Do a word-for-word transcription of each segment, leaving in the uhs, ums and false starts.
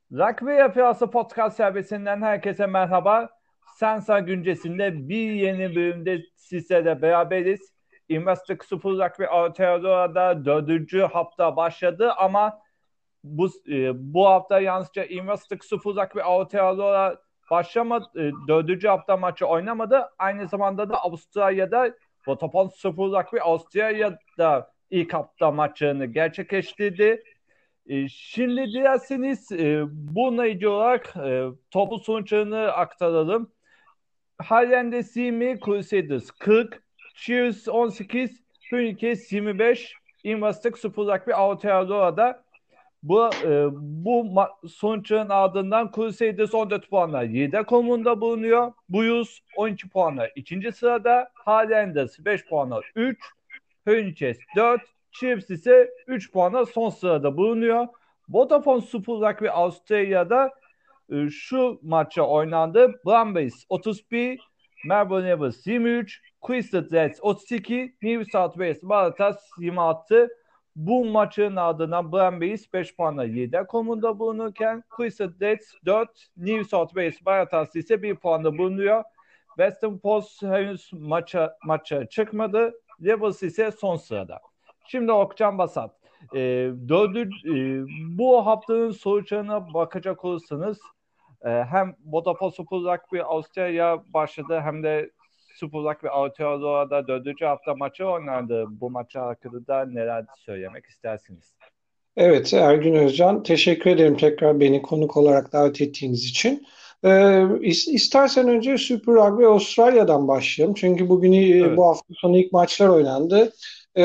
Rugby Yapısı Podcast servisinden herkese merhaba. Sensa güncesinde bir yeni bölümde sizlerle beraberiz. Investor Super Rugby Aotearoa'da dördüncü hafta başladı ama bu e, bu hafta yalnızca Investor Super Rugby Aotearoa başlamadı. E, dördüncü hafta maçı oynamadı. Aynı zamanda da Avustralya'da Vodafone Super Rugby Avustralya'da ilk hafta maçını gerçekleştirdi. E, şimdi dilerseniz e, bununla ilgili olarak e, toplu sonuçlarını aktaralım. Highlanders yirmi, Crusaders kırk, Chiefs on sekiz, Phoenix yirmi beş, Investec sıfır Rugby Aotearoa'da. Bu, e, bu ma- sonuçların ardından Crusaders on dört puanla yedek konumunda bulunuyor. Blues on iki puanla ikinci sırada. Highlanders beş puanla üç, Phoenix dört, Chiefs ise üç puanla son sırada bulunuyor. Vodafone Super Rugby Avustralya'da e, şu maça oynandı. Brumbies otuz bir, Melbourne Rebels yirmi üç, Queensland Reds otuz iki, New South Wales Waratahs yirmi altı. Bu maçın ardından Brumbies beş puanla lider konumunda bulunurken Queensland Reds dört, New South Wales Waratahs ise bir puanda bulunuyor. Western Post henüz maça, maça çıkmadı. Rebels ise son sırada. Şimdi Okcan Basat. E, dördü, e, bu haftanın sonuçlarına bakacak olursanız e, hem Vodafone Super Rugby Avustralya başladı hem de Super Rugby Aotearoa'da dördüncü hafta maçı oynandı. Bu maçı hakkında da neler söylemek istersiniz? Evet, Ergün Özcan, teşekkür ederim tekrar beni konuk olarak davet ettiğiniz için. Ee, is- istersen önce Super Rugby Avustralya'dan başlayalım. Çünkü bugün e, Evet. bu hafta sonu ilk maçlar oynandı. Ee,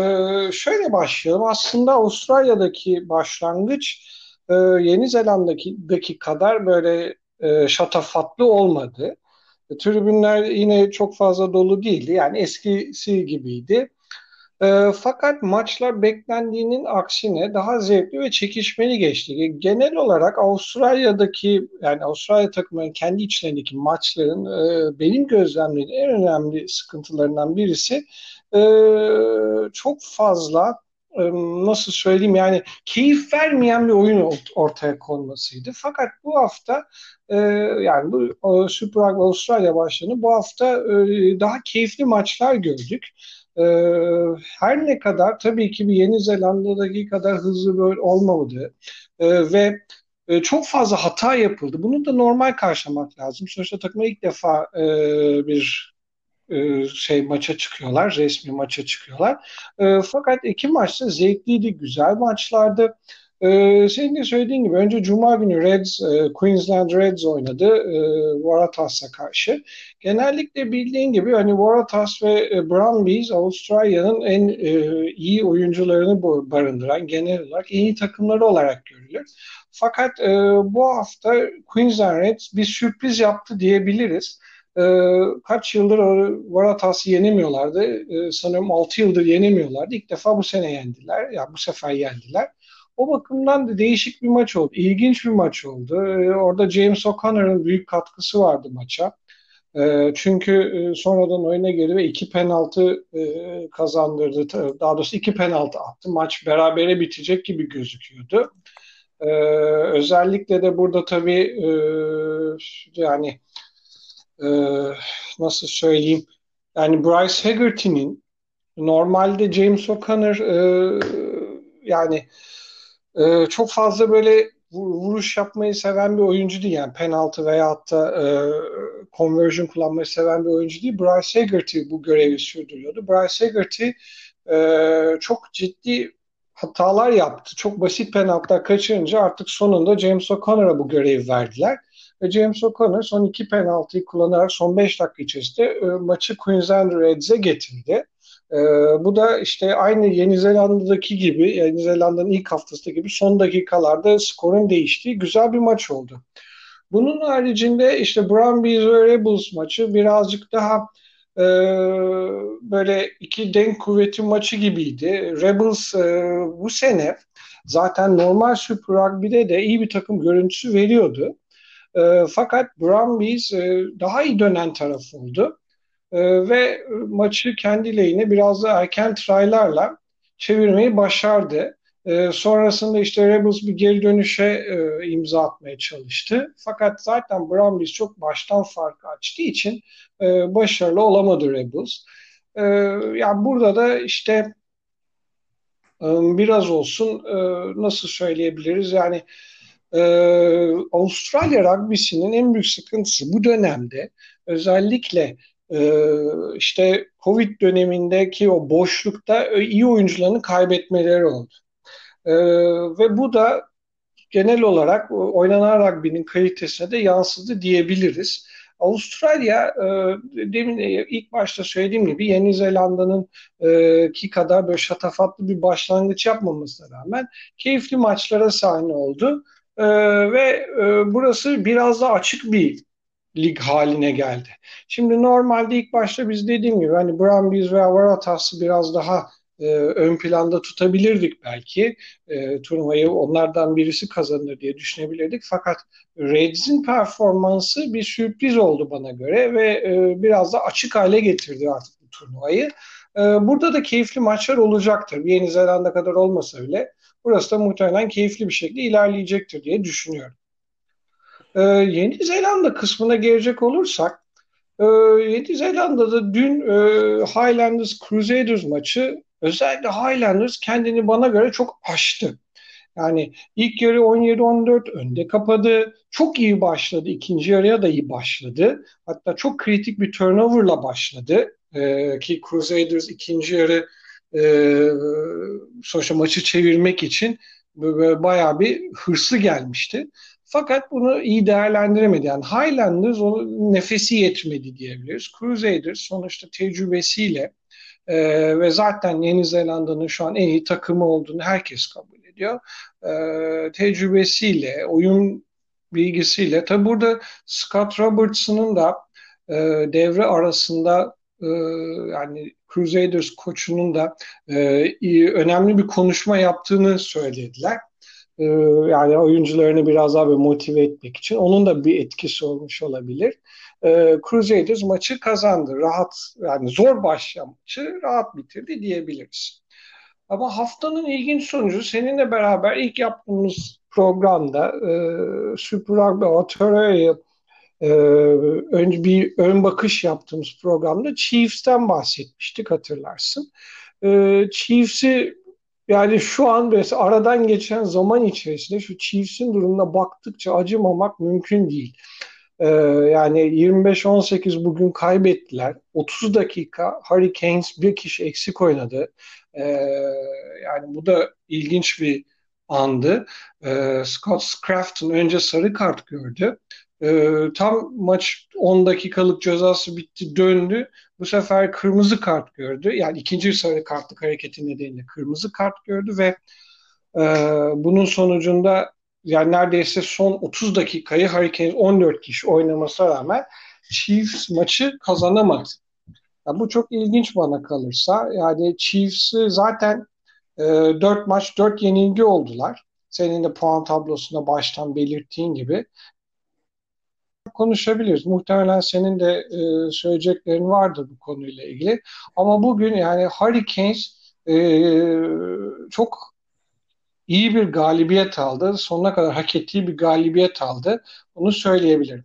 şöyle başlayalım. Aslında Avustralya'daki başlangıç e, Yeni Zelanda'daki kadar böyle e, şatafatlı olmadı. Tribünler yine çok fazla dolu değildi. Yani eskisi gibiydi. E, fakat maçlar beklendiğinin aksine daha zevkli ve çekişmeli geçti. Genel olarak Avustralya'daki yani Avustralya takımının kendi içlerindeki maçların e, benim gözlemlediğim en önemli sıkıntılarından birisi e, çok fazla e, nasıl söyleyeyim yani keyif vermeyen bir oyun ortaya konmasıydı. Fakat bu hafta e, yani bu o, Super Rugby Avustralya başkanı bu hafta e, daha keyifli maçlar gördük. Ee, Her ne kadar tabii ki bir Yeni Zelanda'daki kadar hızlı böyle olmadı Ee, ve e, çok fazla hata yapıldı. Bunu da normal karşılamak lazım. Sonuçta takıma ilk defa e, bir e, şey maça çıkıyorlar, resmi maça çıkıyorlar. E, fakat iki maçta zevkliydi, güzel maçlardı. E, senin de söylediğin gibi önce Cuma günü Reds, e, Queensland Reds oynadı e, Waratahs'a karşı. Genellikle bildiğin gibi hani Waratahs ve e, Brumbies Avustralya'nın en e, iyi oyuncularını barındıran genel olarak en iyi takımları olarak görülür. Fakat e, bu hafta Queensland Reds bir sürpriz yaptı diyebiliriz. Ee, kaç yıldır Varatas'ı yenemiyorlardı. Ee, sanıyorum altı yıldır yenemiyorlardı. İlk defa bu sene yendiler. Ya bu sefer yendiler. O bakımdan da değişik bir maç oldu. İlginç bir maç oldu. Ee, orada James O'Connor'ın büyük katkısı vardı maça. Ee, çünkü e, sonradan oyuna girdi ve iki penaltı e, kazandırdı. Daha doğrusu iki penaltı attı. Maç berabere bitecek gibi gözüküyordu. Ee, Özellikle de burada tabii e, yani e, nasıl söyleyeyim yani Bryce Haggerty'nin normalde James O'Connor e, yani e, çok fazla böyle vuruş yapmayı seven bir oyuncu değil. Yani penaltı veyahut da e, conversion kullanmayı seven bir oyuncu değil. Bryce Haggerty bu görevi sürdürüyordu. Bryce Haggerty e, çok ciddi hatalar yaptı. Çok basit penaltılar kaçırınca artık sonunda James O'Connor'a bu görevi verdiler. Ve James O'Connor son iki penaltıyı kullanarak son beş dakika içerisinde e, maçı Queensland Reds'e getirdi. E, Bu da işte aynı Yeni Zelanda'daki gibi, Yeni Zelanda'nın ilk haftasındaki gibi son dakikalarda skorun değiştiği güzel bir maç oldu. Bunun haricinde işte Brumbies ve Rebels maçı birazcık daha e, böyle iki denk kuvveti maçı gibiydi. Rebels e, bu sene zaten normal Super Rugby'de de iyi bir takım görüntüsü veriyordu. E, fakat Brumbies e, daha iyi dönen taraf oldu. E, ve maçı kendi lehine biraz da erken trylarla çevirmeyi başardı. E, sonrasında işte Rebels bir geri dönüşe e, imza atmaya çalıştı. Fakat zaten Brumbies çok baştan farkı açtığı için e, başarılı olamadı Rebels. E, Yani burada da işte e, biraz olsun e, nasıl söyleyebiliriz? Yani e, Avustralya rugby'sinin en büyük sıkıntısı bu dönemde özellikle e, işte Covid dönemindeki o boşlukta e, iyi oyuncularını kaybetmeleri oldu. E, Ve bu da genel olarak oynanan rugby'nin kalitesine de yansıdı diyebiliriz. Avustralya e, demin e, ilk başta söylediğim gibi Yeni Zelanda'nın e, ki kadar böyle şatafatlı bir başlangıç yapmamasına rağmen keyifli maçlara sahne oldu. E, ve e, burası biraz da açık bir lig haline geldi. Şimdi normalde ilk başta biz dediğim gibi hani Brumbies veya Waratahs'ı biraz daha e, ön planda tutabilirdik belki. E, turnuvayı onlardan birisi kazanır diye düşünebilirdik. Fakat Reds'in performansı bir sürpriz oldu bana göre ve e, biraz da açık hale getirdi artık bu turnuvayı. E, burada da keyifli maçlar olacaktır. Yeni Zelanda kadar olmasa bile burası da muhtemelen keyifli bir şekilde ilerleyecektir diye düşünüyorum. Ee, Yeni Zelanda kısmına gelecek olursak, e, Yeni Zelanda'da dün e, Highlanders Crusaders maçı özellikle Highlanders kendini bana göre çok aştı. Yani ilk yarı on yedi on dört önde kapadı. Çok iyi başladı. İkinci yarıya da iyi başladı. Hatta çok kritik bir turnoverla başladı. Ee, ki Crusaders ikinci yarı e, sonuçta maçı çevirmek için böyle bayağı bir hırslı gelmişti. Fakat bunu iyi değerlendiremedi. Yani Highlanders o nefesi yetmedi diyebiliriz. Crusaders sonuçta tecrübesiyle e, ve zaten Yeni Zelanda'nın şu an en iyi takımı olduğunu herkes kabul ediyor. E, tecrübesiyle, oyun bilgisiyle. Tabi burada Scott Robertson'ın da e, devre arasında e, yani Crusaders koçunun da e, iyi, önemli bir konuşma yaptığını söylediler. E, Yani oyuncularını biraz daha bir motive etmek için. Onun da bir etkisi olmuş olabilir. E, Crusaders maçı kazandı. Rahat yani zor başlayan maçı rahat bitirdi diyebiliriz. Ama haftanın ilginç sonucu seninle beraber ilk yaptığımız programda e, Super Rugby Avustralya'ya e, önce bir ön bakış yaptığımız programda Chiefs'ten bahsetmiştik hatırlarsın. E, Chiefs'i yani şu an mesela aradan geçen zaman içerisinde şu Chiefs'in durumuna baktıkça acımamak mümkün değil. Ee, Yani yirmi beş on sekiz bugün kaybettiler. otuz dakika Hurricanes bir kişi eksik oynadı. Ee, Yani bu da ilginç bir andı. Ee, Scott Scrafton önce sarı kart gördü. Ee, tam maç on dakikalık cezası bitti döndü. Bu sefer kırmızı kart gördü. Yani ikinci sarı kartlık hareketi nedeniyle kırmızı kart gördü ve e, bunun sonucunda yani neredeyse son otuz dakikayı Hurricanes on dört kişi oynamasına rağmen Chiefs maçı kazanamadı. Ya bu çok ilginç bana kalırsa. Yani Chiefs'i zaten e, dört maç dört yenilgi oldular. Senin de puan tablosunda baştan belirttiğin gibi konuşabiliriz. Muhtemelen senin de e, söyleyeceklerin vardır bu konuyla ilgili. Ama bugün yani Hurricanes e, çok iyi bir galibiyet aldı. Sonuna kadar hak ettiği bir galibiyet aldı. Bunu söyleyebilirim.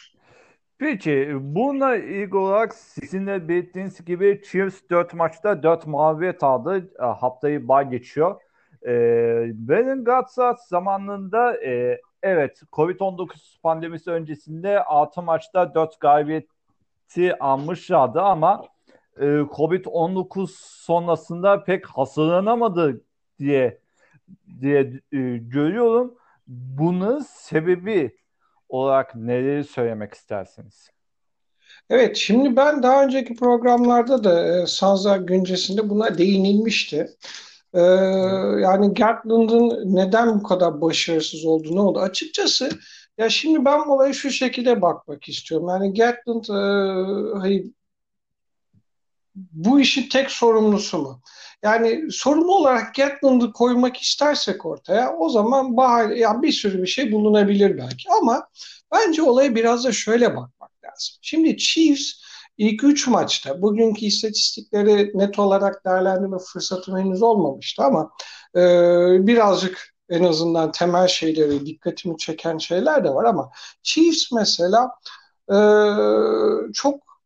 Peki bununla ilgili olarak sizin de belirttiğiniz gibi Chiefs dört maçta dört mağlubiyet aldı. E, Haftayı bay geçiyor. E, Benim Gatsat zamanında e, evet covid on dokuz pandemisi öncesinde altı maçta dört galibiyeti almışlardı ama e, covid on dokuz sonrasında pek hazırlanamadı diye diye e, görüyorum. Bunun sebebi olarak neleri söylemek istersiniz? Evet, şimdi ben daha önceki programlarda da e, Sanza güncesinde buna değinilmişti. E, Yani Gatland'ın neden bu kadar başarısız olduğu ne oldu? Açıkçası ya şimdi ben olaya şu şekilde bakmak istiyorum. Yani Gatland e, hani bu işin tek sorumlusu mu? Yani sorumlu olarak Gatland'ı koymak istersek ortaya o zaman bahane, yani bir sürü bir şey bulunabilir belki ama bence olaya biraz da şöyle bakmak lazım. Şimdi Chiefs ilk üç maçta bugünkü istatistikleri net olarak değerlendirme fırsatım henüz olmamıştı ama e, birazcık en azından temel şeyleri dikkatimi çeken şeyler de var ama Chiefs mesela e, çok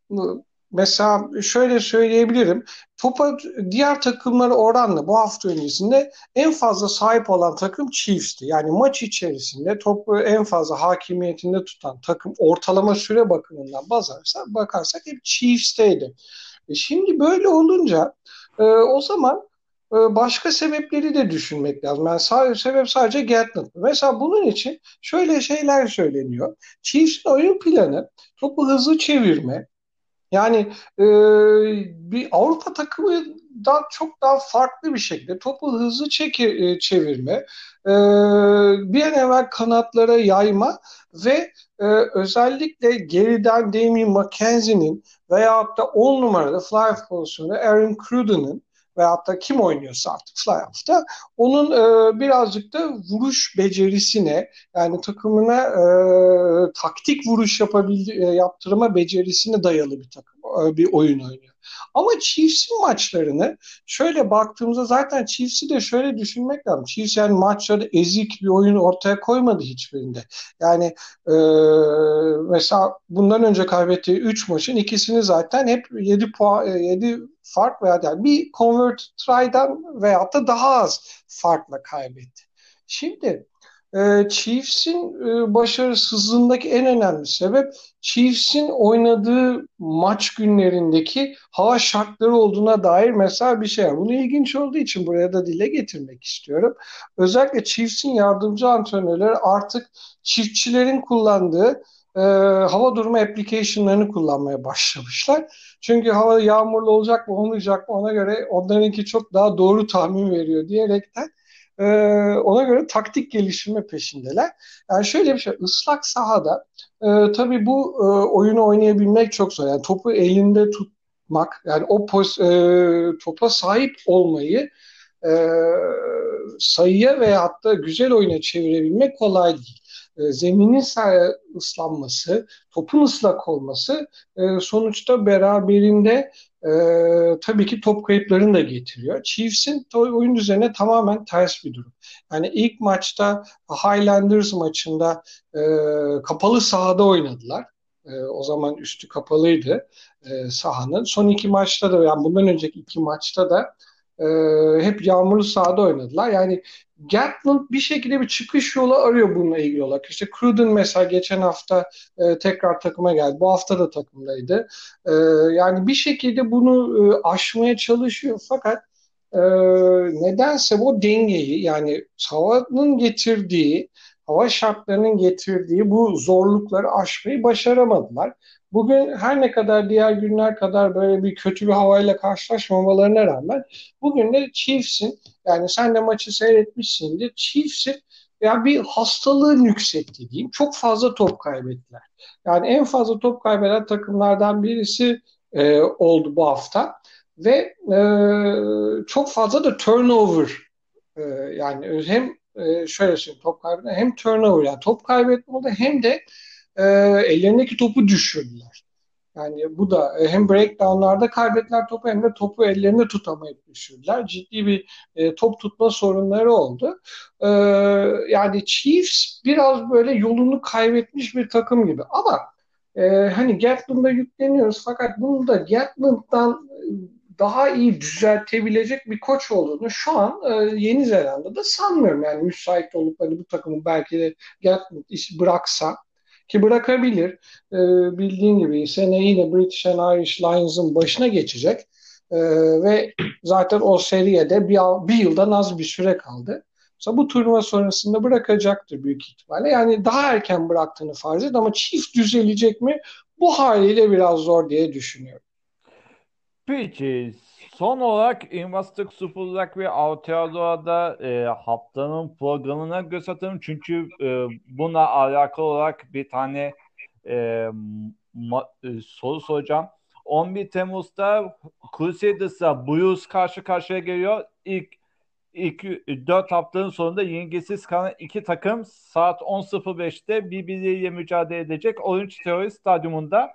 mesela şöyle söyleyebilirim. Topa diğer takımlara oranla bu hafta öncesinde en fazla sahip olan takım Chiefs'ti. Yani maç içerisinde topu en fazla hakimiyetinde tutan takım ortalama süre bakımından bakarsak, bakarsak hep Chiefs'teydi. E şimdi böyle olunca e, o zaman e, başka sebepleri de düşünmek lazım. Yani sa- sebep sadece Gatland. Mesela bunun için şöyle şeyler söyleniyor. Chiefs'in oyun planı topu hızlı çevirme, yani e, bir Avrupa takımından çok daha farklı bir şekilde topu hızlı çeki, e, çevirme, e, bir an evvel kanatlara yayma ve e, özellikle geriden Damien McKenzie'nin veyahut da on numarada fly-off pozisyonunda Aaron Cruden'ın veyahut da kim oynuyorsa artık fly-off'ta onun e, birazcık da vuruş becerisine, yani takımına e, taktik vuruş yapabildi, e, yaptırma becerisine dayalı bir takım, e, bir oyun oynuyor. Ama Chiefs'in maçlarını şöyle baktığımızda zaten Chiefs'i de şöyle düşünmek lazım. Chiefs yani maçlarda ezik bir oyun ortaya koymadı hiçbirinde. Yani e, mesela bundan önce kaybettiği üç maçın ikisini zaten hep yedi puan, yedi fark veya yani bir convert try'dan veyahut da daha az farkla kaybetti. Şimdi e, Chiefs'in e, başarısızlığındaki en önemli sebep Chiefs'in oynadığı maç günlerindeki hava şartları olduğuna dair mesela bir şey var. Bunu ilginç olduğu için buraya da dile getirmek istiyorum. Özellikle Chiefs'in yardımcı antrenörleri artık çiftçilerin kullandığı e, hava durumu application'larını kullanmaya başlamışlar. Çünkü hava yağmurlu olacak mı olmayacak mı ona göre onlarınki çok daha doğru tahmin veriyor diyerekten e, ona göre taktik geliştirme peşindeler. Yani şöyle bir şey, ıslak sahada e, tabii bu e, oyunu oynayabilmek çok zor. Yani topu elinde tutmak, yani o poz, e, topa sahip olmayı e, sayıya veya hatta güzel oyuna çevirebilmek kolay değil. E, zeminin ıslanması, topun ıslak olması e, sonuçta beraberinde e, tabii ki top kayıplarını da getiriyor. Chiefs'in oyun üzerine tamamen ters bir durum. Yani ilk maçta Highlanders maçında e, kapalı sahada oynadılar. E, o zaman üstü kapalıydı e, sahanın. Son iki maçta da, yani bundan önceki iki maçta da e, hep yağmurlu sahada oynadılar. Yani Gatland bir şekilde bir çıkış yolu arıyor bununla ilgili olarak. İşte Cruden mesela geçen hafta e, tekrar takıma geldi. Bu hafta da takımdaydı. E, yani bir şekilde bunu e, aşmaya çalışıyor. Fakat e, nedense bu dengeyi, yani havanın getirdiği, hava şartlarının getirdiği bu zorlukları aşmayı başaramadılar. Bugün her ne kadar diğer günler kadar böyle bir kötü bir havayla karşılaşmamalarına rağmen bugün de Chiefs'in, yani sen de maçı seyretmişsindir, Chiefs'in ya bir hastalığı nüksetti diyeyim. Çok fazla top kaybettiler. Yani en fazla top kaybeden takımlardan birisi e, oldu bu hafta ve e, çok fazla da turnover, e, yani hem e, şöyle söyleyeyim, top kaybeden hem turnover, yani top kaybetme oldu hem de e, ellerindeki topu düşürdüler. Yani bu da e, hem breakdownlarda kaybettiler topu hem de topu ellerinde tutamayıp düşürdüler. Ciddi bir e, top tutma sorunları oldu. E, yani Chiefs biraz böyle yolunu kaybetmiş bir takım gibi. Ama e, hani Gatlin'da yükleniyoruz fakat bunu da Gatlin'dan daha iyi düzeltebilecek bir koç olduğunu şu an e, Yeni Zelanda'da sanmıyorum. Yani müsait olup hani bu takımı belki de Gatlin iş bıraksa, ki bırakabilir. E, bildiğin gibi sene yine British and Irish Lions'ın başına geçecek. E, ve zaten o seriye de bir, bir yıldan az bir süre kaldı. Mesela bu turnuva sonrasında bırakacaktır büyük ihtimalle. Yani daha erken bıraktığını farz et ama çift düzelecek mi? Bu haliyle biraz zor diye düşünüyorum. Peki son olarak Invastık Supurlak ve Aotearoa'da e, haftanın programına göz atalım. Çünkü e, buna alakalı olarak bir tane e, ma- e, soru soracağım. on bir Temmuz'da Crusaders'la Blues karşı karşıya geliyor. İlk İlk dört haftanın sonunda yengesiz kalan iki takım saat on sıfır beşte birbirleriyle mücadele edecek. Orange Theory Stadyumunda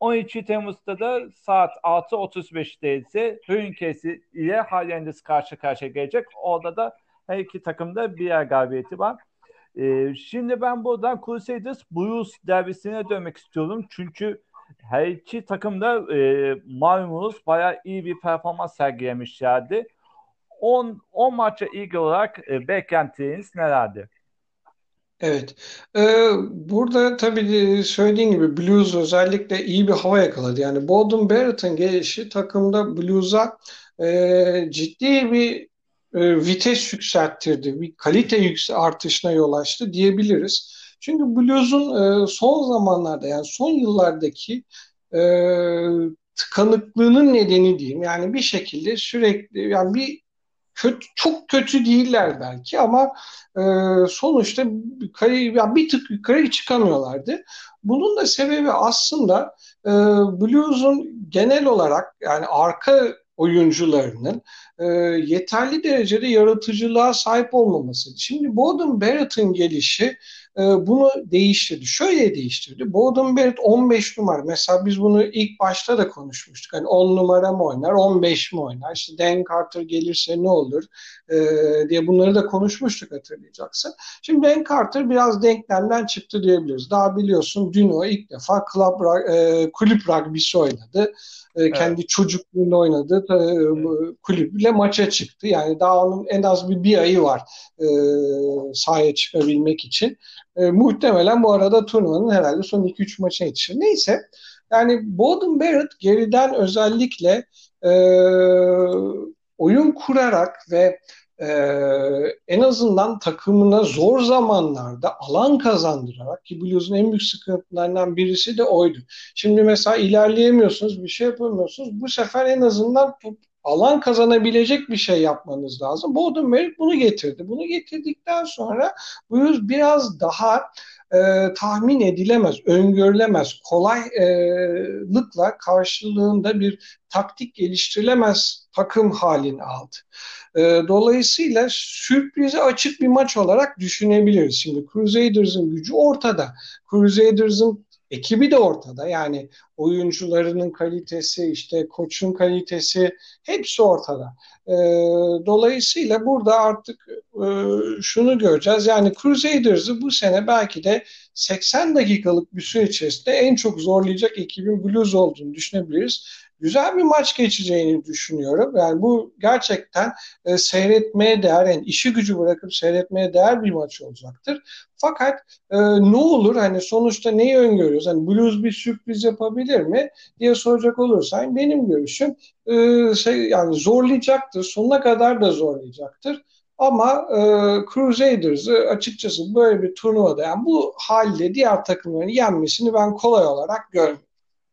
on iki Temmuz'da da saat altı otuz beşte ise Hurricanes ile Highlanders karşı karşıya gelecek. Orada da her iki takımda birer galibiyeti var. Ee, şimdi ben buradan Crusaders Blues derbisine dönmek istiyorum. Çünkü her iki takım da e, malumunuz bayağı iyi bir performans sergilemişlerdi. on on maça ilgili olarak e, beklentiniz nelerdi? Evet. Ee, burada tabii de söylediğin gibi Blues özellikle iyi bir hava yakaladı. Yani Beauden Barrett'ın gelişi takımda Blues'a e, ciddi bir e, vites yükselttirdi. Bir kalite yükse artışına yol açtı diyebiliriz. Çünkü Blues'un e, son zamanlarda yani son yıllardaki e, tıkanıklığının nedeni diyeyim. Yani bir şekilde sürekli yani bir kötü, çok kötü değiller belki ama e, sonuçta yukarı, yani bir tık yukarı çıkamıyorlardı. Bunun da sebebi aslında e, Blues'un genel olarak yani arka oyuncularının e, yeterli derecede yaratıcılığa sahip olmaması. Şimdi Beauden Barrett'ın gelişi e, bunu değiştirdi. Şöyle değiştirdi. Beauden Barrett on beş numara. Mesela biz bunu ilk başta da konuşmuştuk. Hani on numara mı oynar, on beş mi oynar? İşte Dan Carter gelirse ne olur e, diye bunları da konuşmuştuk hatırlayacaksın. Şimdi Dan Carter biraz denklemden çıktı diyebiliriz. Daha biliyorsun dün o ilk defa club, e, kulüp rugby'si oynadı. E, Evet. kendi çocukluğunda oynadığı e, kulüple maça çıktı. Yani daha onun en az bir, bir ayı var e, sahaya çıkabilmek için. E, muhtemelen bu arada turnuvanın herhalde son iki üç maçına yetişir. Neyse yani Beauden Barrett geriden özellikle e, oyun kurarak ve e, en azından takımına zor zamanlarda alan kazandırarak ki Blues'un en büyük sıkıntılarından birisi de oydu. Şimdi mesela ilerleyemiyorsunuz, bir şey yapamıyorsunuz. Bu sefer en azından alan kazanabilecek bir şey yapmanız lazım. Beauden Barrett bunu getirdi. Bunu getirdikten sonra Blues biraz daha e, tahmin edilemez, öngörülemez, kolaylıkla karşılığında bir taktik geliştirilemez takım halini aldı. E, dolayısıyla sürprize açık bir maç olarak düşünebiliriz. Şimdi Crusaders'ın gücü ortada. Crusaders'ın ekibi de ortada. Yani oyuncularının kalitesi, işte koçun kalitesi hepsi ortada. E, dolayısıyla burada artık e, şunu göreceğiz. Yani Crusaders'ı bu sene belki de seksen dakikalık bir süre içerisinde en çok zorlayacak ekibin Blues olduğunu düşünebiliriz. Güzel bir maç geçeceğini düşünüyorum. Yani bu gerçekten e, seyretmeye değer, yani işi gücü bırakıp seyretmeye değer bir maç olacaktır. Fakat e, ne olur hani sonuçta neyi öngörüyoruz? Hani Blues bir sürpriz yapabilir mi diye soracak olursan benim görüşüm e, şey yani zorlayacaktır. Sonuna kadar da zorlayacaktır. Ama e, Crusaders'ı açıkçası böyle bir turnuvada yani bu halde diğer takımların yenmesini ben kolay olarak görmüyorum.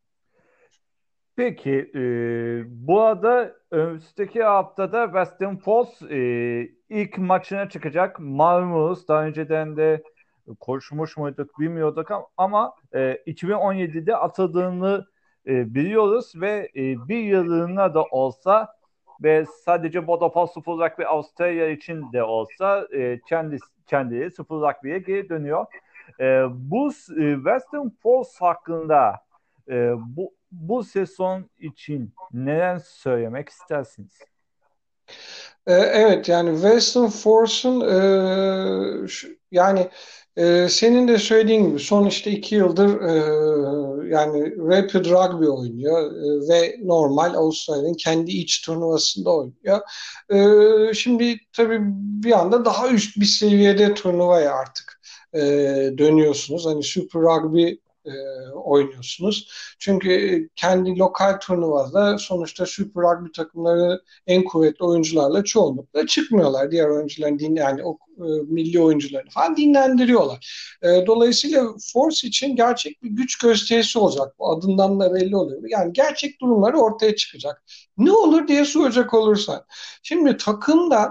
Peki e, bu arada önümüzdeki haftada Western Force e, ilk maçına çıkacak. Malumunuz daha önceden de konuşmuş muyduk bilmiyorduk ama, ama e, iki bin on yedide atıldığını e, biliyoruz ve e, bir yıllığına da olsa ve sadece Vodafone Sıfır Rugby Avustralya için de olsa e, kendi, kendileri Sıfır Rugby'ye geri dönüyor. E, bu e, Western Force hakkında e, bu bu sezon için neler söylemek istersiniz? Ee, Evet yani Western Force'un e, şu- yani e, senin de söylediğin gibi son işte iki yıldır e, yani Rapid Rugby oynuyor e, ve normal Avustralya'nın kendi iç turnuvasında oynuyor. E, şimdi tabii bir anda daha üst bir seviyede turnuvaya artık e, dönüyorsunuz. Hani Super Rugby e, oynuyorsunuz. Çünkü kendi lokal turnuvada sonuçta Super Rugby takımları en kuvvetli oyuncularla çoğunlukla çıkmıyorlar. Diğer oyuncuların din yani o e, milli oyuncularını falan dinlendiriyorlar. E, dolayısıyla Force için gerçek bir güç gösterisi olacak. Bu adından da belli oluyor. Yani gerçek durumları ortaya çıkacak. Ne olur diye soracak olursan. Şimdi takımda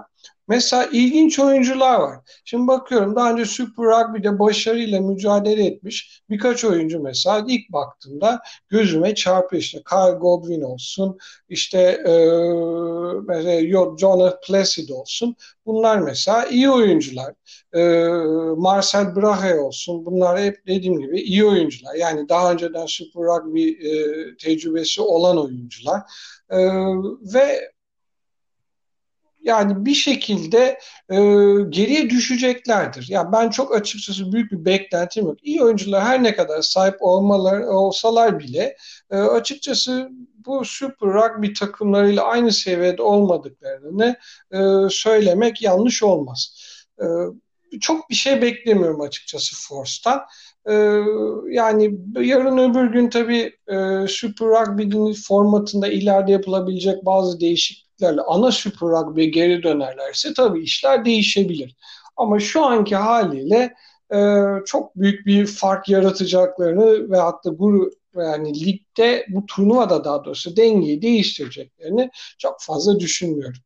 Mesela ilginç oyuncular var. Şimdi bakıyorum daha önce Super Rugby'de başarıyla mücadele etmiş birkaç oyuncu mesela ilk baktığımda gözüme çarpıyor. İşte Kyle Godwin olsun, işte e, mesela Jonah Placid olsun. Bunlar mesela iyi oyuncular. E, Marcel Brahe olsun. Bunlar hep dediğim gibi iyi oyuncular. Yani daha önceden Super Rugby e, tecrübesi olan oyuncular. E, ve yani bir şekilde e, geriye düşeceklerdir. Ya ben çok açıkçası büyük bir beklentim yok. İyi oyuncular her ne kadar sahip olmalar olsalar bile e, açıkçası bu Super Rugby takımlarıyla aynı seviyede olmadıklarını e, söylemek yanlış olmaz. E, Çok bir şey beklemiyorum açıkçası Force'tan. E, Yani yarın öbür gün tabii e, Super Rugby'nin formatında ileride yapılabilecek bazı değişikliklerle ana Super Rugby'ye geri dönerlerse tabii işler değişebilir. Ama şu anki haliyle e, çok büyük bir fark yaratacaklarını ve hatta bu yani ligde bu turnuvada daha doğrusu dengeyi değiştireceklerini çok fazla düşünmüyorum.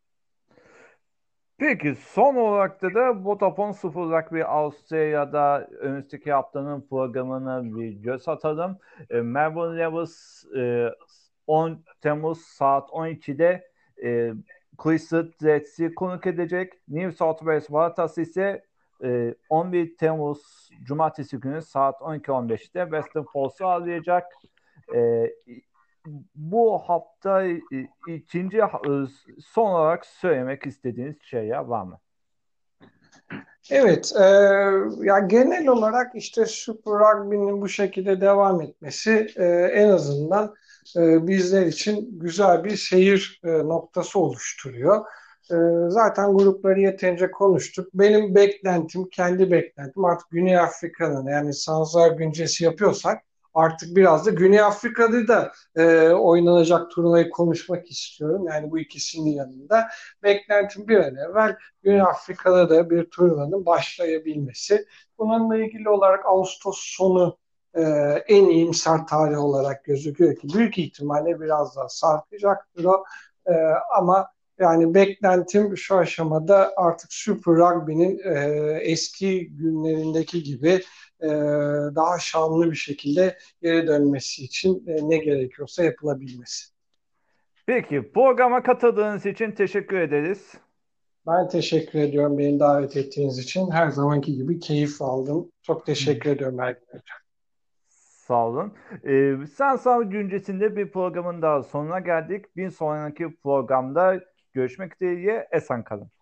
Peki son olarak da da Vodafone sıfır Rugby Avustralya'da önümüzdeki haftanın programına bir göz atalım. E, Melbourne Rebels e, on Temmuz saat on ikide e, Queensland Reds konuk edecek. New South Wales Waratahs ise e, on bir Temmuz Cumartesi günü saat on iki on beşte Western Force'u ağırlayacak. E, Bu hafta e, ikinci e, son olarak söylemek istediğiniz şeyler var mı? Evet, e, ya genel olarak işte Super Rugby'nin bu şekilde devam etmesi e, en azından e, bizler için güzel bir seyir e, noktası oluşturuyor. E, Zaten grupları yeterince konuştuk. Benim beklentim, kendi beklentim artık Güney Afrika'nın yani Sansar güncesi yapıyorsak artık biraz da Güney Afrika'da da e, oynanacak turnuvayı konuşmak istiyorum. Yani bu ikisinin yanında. Beklentim bir an evvel Güney Afrika'da da bir turnuvanın başlayabilmesi. Bununla ilgili olarak Ağustos sonu e, en iyimser tarih olarak gözüküyor ki büyük ihtimalle biraz daha sarkacaktır o. E, Ama yani beklentim şu aşamada artık Super Rugby'nin e, eski günlerindeki gibi e, daha şanlı bir şekilde geri dönmesi için e, ne gerekiyorsa yapılabilmesi. Peki programa katıldığınız için teşekkür ederiz. Ben teşekkür ediyorum beni davet ettiğiniz için. Her zamanki gibi keyif aldım. Çok teşekkür ediyorum Ergin. Sağ olun. Ee, Sen Sağ Güncesi'nde bir programın daha sonuna geldik. Bir sonraki programda görüşmek dileğiyle. Esen kalın.